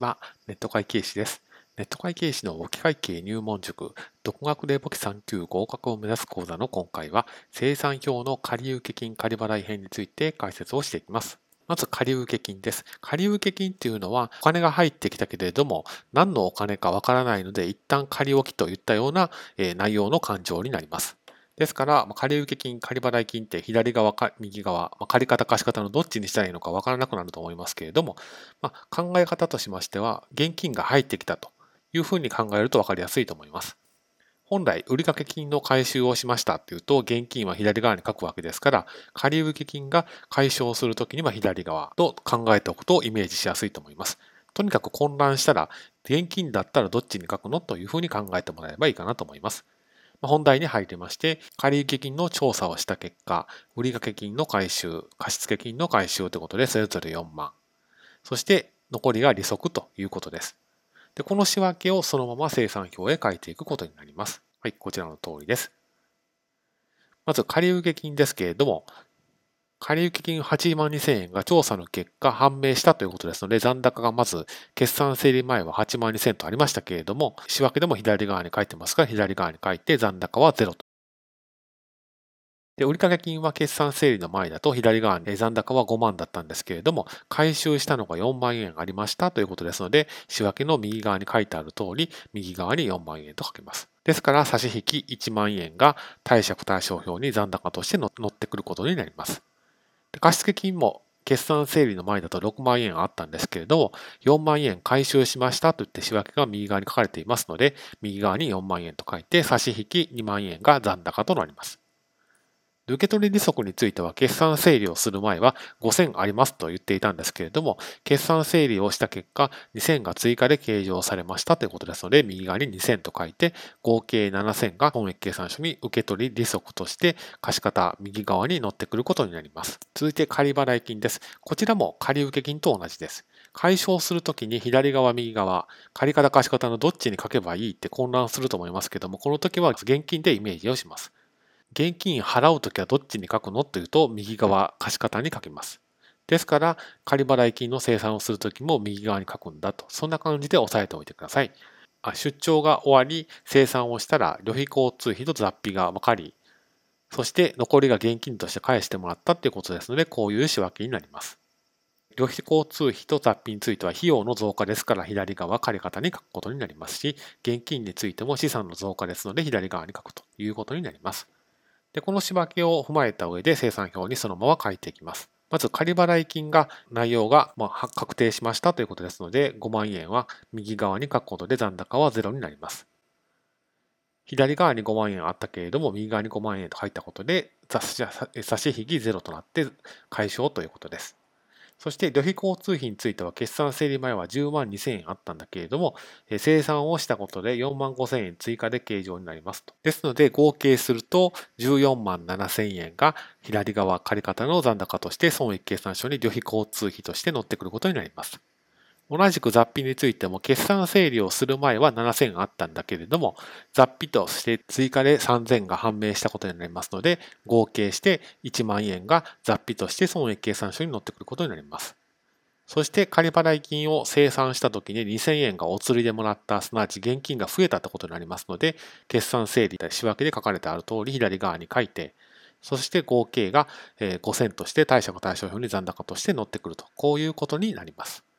は、ネット会計士です。ネット会計士の簿記会計入門塾、独学で簿記3級合格を目指す講座の今回は、精算表の借受金仮払い編について解説をしていきます。まず借受金です。借受金っていうのは、お金が入ってきたけれども、何のお金かわからないので、一旦借り置きといったような内容の勘定になります。ですから、借受金、仮払い金って左側か右側、借方貸方のどっちにしたらいいのかわからなくなると思いますけれども、考え方としましては、現金が入ってきたというふうに考えると分かりやすいと思います。本来、売掛金の回収をしましたっていうと、現金は左側に書くわけですから、借受金が解消するときには左側と考えておくとイメージしやすいと思います。とにかく混乱したら、現金だったらどっちに書くのというふうに考えてもらえばいいかなと思います。本題に入りまして、借受金の調査をした結果、売掛金の回収、貸付金の回収ということで、それぞれ4万。そして残りが利息ということです。で、この仕分けをそのまま精算表へ書いていくことになります。はい、こちらの通りです。まず借受金ですけれども、借受金8万2000円が調査の結果判明したということですので、残高がまず決算整理前は8万2000円とありましたけれども、仕分けでも左側に書いてますから、左側に書いて残高は0と。で、売掛金は決算整理の前だと左側に残高は5万だったんですけれども、回収したのが4万円ありましたということですので、仕分けの右側に書いてある通り、右側に4万円と書きます。ですから、差し引き1万円が貸借対照表に残高として載ってくることになります。で、貸付金も決算整理の前だと6万円あったんですけれども、4万円回収しましたといって仕分けが右側に書かれていますので、右側に4万円と書いて、差し引き2万円が残高となります。受取利息については決算整理をする前は5000ありますと言っていたんですけれども、決算整理をした結果2000が追加で計上されましたということですので、右側に2000と書いて、合計7000が損益計算書に受取利息として貸方右側に載ってくることになります。続いて仮払い金です。こちらも借受金と同じです。解消するときに左側、右側、借方貸方のどっちに書けばいいって混乱すると思いますけども、この時は現金でイメージをします。現金払うときはどっちに書くのというと、右側、貸方に書きます。ですから、仮払い金の精算をするときも右側に書くんだと、そんな感じで押さえておいてください。出張が終わり、精算をしたら、旅費交通費と雑費が分かり、そして残りが現金として返してもらったということですので、こういう仕分けになります。旅費交通費と雑費については費用の増加ですから左側借方に書くことになりますし、現金についても資産の増加ですので左側に書くということになります。で、この仕分けを踏まえた上で精算表にそのまま書いていきます。まず仮払い金が内容が確定しましたということですので、5万円は右側に書くことで残高は0になります。左側に5万円あったけれども、右側に5万円と入ったことで、差し引き0となって解消ということです。そして旅費交通費については決算整理前は10万2000円あったんだけれども、精算をしたことで4万5000円追加で計上になりますと。ですので合計すると14万7000円が左側借方の残高として損益計算書に旅費交通費として載ってくることになります。同じく雑費についても決算整理をする前は7000あったんだけれども、雑費として追加で3000が判明したことになりますので、合計して1万円が雑費として損益計算書に載ってくることになります。そして仮払い金を清算したときに2000円がお釣りでもらった、すなわち現金が増えたってことになりますので、決算整理仕分けで書かれてある通り左側に書いて、そして合計が5000として貸借対照表に残高として載ってくると、こういうことになります。